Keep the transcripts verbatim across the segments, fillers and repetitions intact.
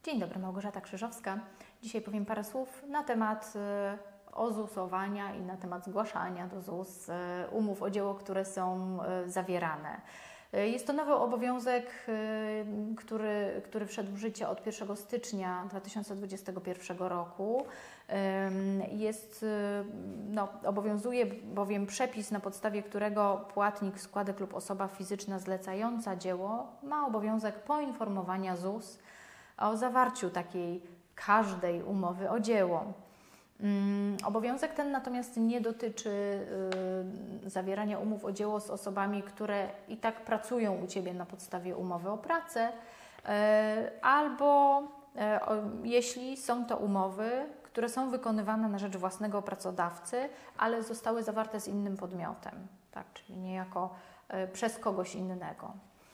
Dzień dobry, Małgorzata Krzyżowska. Dzisiaj powiem parę słów na temat ozusowania i na temat zgłaszania do Z U S umów o dzieło, które są zawierane. Jest to nowy obowiązek, który, który wszedł w życie od pierwszego stycznia dwa tysiące dwudziestego pierwszego roku. Jest, no, obowiązuje bowiem przepis, na podstawie którego płatnik składek lub osoba fizyczna zlecająca dzieło ma obowiązek poinformowania Z U S o zawarciu takiej każdej umowy o dzieło. Obowiązek ten natomiast nie dotyczy y, zawierania umów o dzieło z osobami, które i tak pracują u Ciebie na podstawie umowy o pracę, y, albo y, o, jeśli są to umowy, które są wykonywane na rzecz własnego pracodawcy, ale zostały zawarte z innym podmiotem, tak, czyli niejako y, przez kogoś innego.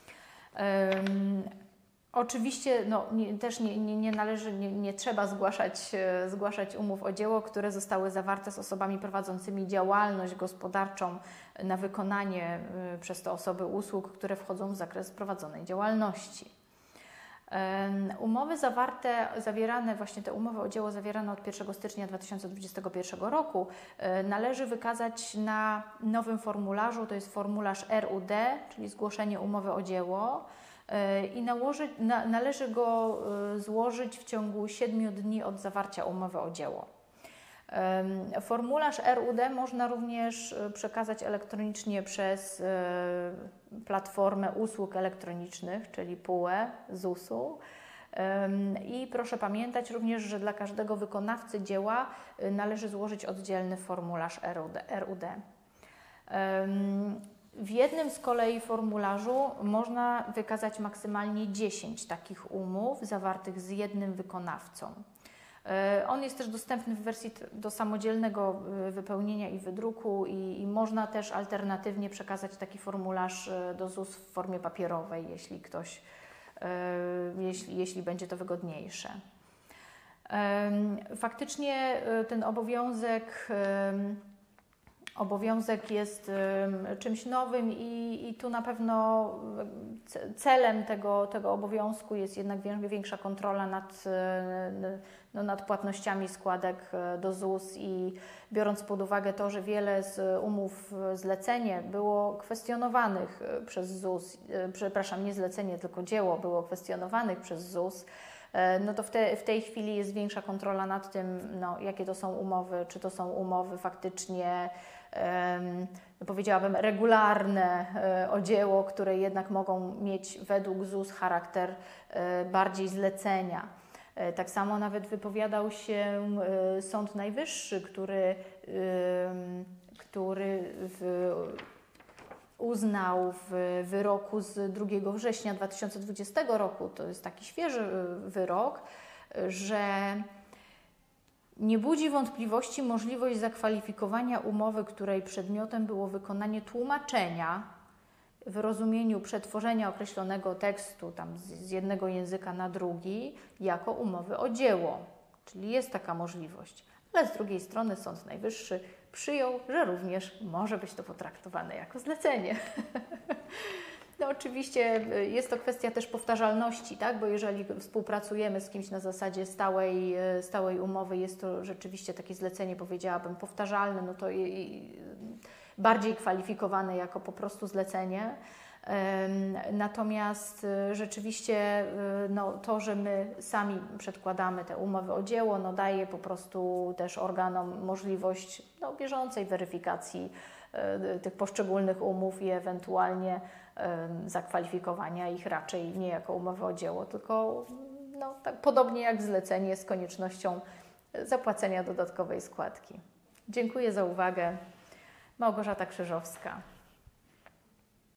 Y, Oczywiście no, nie, też nie, nie, nie należy, nie, nie trzeba zgłaszać, e, zgłaszać umów o dzieło, które zostały zawarte z osobami prowadzącymi działalność gospodarczą na wykonanie e, przez te osoby usług, które wchodzą w zakres prowadzonej działalności. E, umowy zawarte, zawierane, właśnie te umowy o dzieło zawierane od pierwszego stycznia dwa tysiące dwudziestego pierwszego roku e, należy wykazać na nowym formularzu, to jest formularz R U D, czyli zgłoszenie umowy o dzieło. I nałożyć, na, należy go złożyć w ciągu siedmiu dni od zawarcia umowy o dzieło. Formularz R U D można również przekazać elektronicznie przez platformę usług elektronicznych, czyli P U E Z U S u. I proszę pamiętać również, że dla każdego wykonawcy dzieła należy złożyć oddzielny formularz R U D. W jednym z kolei formularzu można wykazać maksymalnie dziesięć takich umów zawartych z jednym wykonawcą. On jest też dostępny w wersji do samodzielnego wypełnienia i wydruku i, i można też alternatywnie przekazać taki formularz do Z U S w formie papierowej, jeśli ktoś, jeśli, jeśli będzie to wygodniejsze. Faktycznie ten obowiązek Obowiązek jest y, czymś nowym i, i tu na pewno celem tego, tego obowiązku jest jednak większa kontrola nad, y, no, nad płatnościami składek do Z U S i biorąc pod uwagę to, że wiele z umów zlecenie było kwestionowanych przez Z U S, y, przepraszam, nie zlecenie, tylko dzieło było kwestionowanych przez Z U S, no to w, te, w tej chwili jest większa kontrola nad tym, no, jakie to są umowy, czy to są umowy faktycznie, um, powiedziałabym, regularne um, o dzieło, które jednak mogą mieć według Z U S charakter um, bardziej zlecenia. Um, tak samo nawet wypowiadał się um, Sąd Najwyższy, który, um, który w uznał w wyroku z drugiego września dwa tysiące dwudziestego roku, to jest taki świeży wyrok, że nie budzi wątpliwości możliwość zakwalifikowania umowy, której przedmiotem było wykonanie tłumaczenia w rozumieniu przetworzenia określonego tekstu tam z jednego języka na drugi jako umowy o dzieło. Czyli jest taka możliwość. Ale z drugiej strony Sąd Najwyższy przyjął, że również może być to potraktowane jako zlecenie. No oczywiście jest to kwestia też powtarzalności, tak? Bo jeżeli współpracujemy z kimś na zasadzie stałej, stałej umowy, jest to rzeczywiście takie zlecenie, powiedziałabym, powtarzalne, no to bardziej kwalifikowane jako po prostu zlecenie. Natomiast rzeczywiście no, to, że my sami przedkładamy te umowy o dzieło, no, daje po prostu też organom możliwość no, bieżącej weryfikacji tych poszczególnych umów i ewentualnie zakwalifikowania ich raczej nie jako umowy o dzieło, tylko no, tak podobnie jak zlecenie z koniecznością zapłacenia dodatkowej składki. Dziękuję za uwagę. Małgorzata Krzyżowska.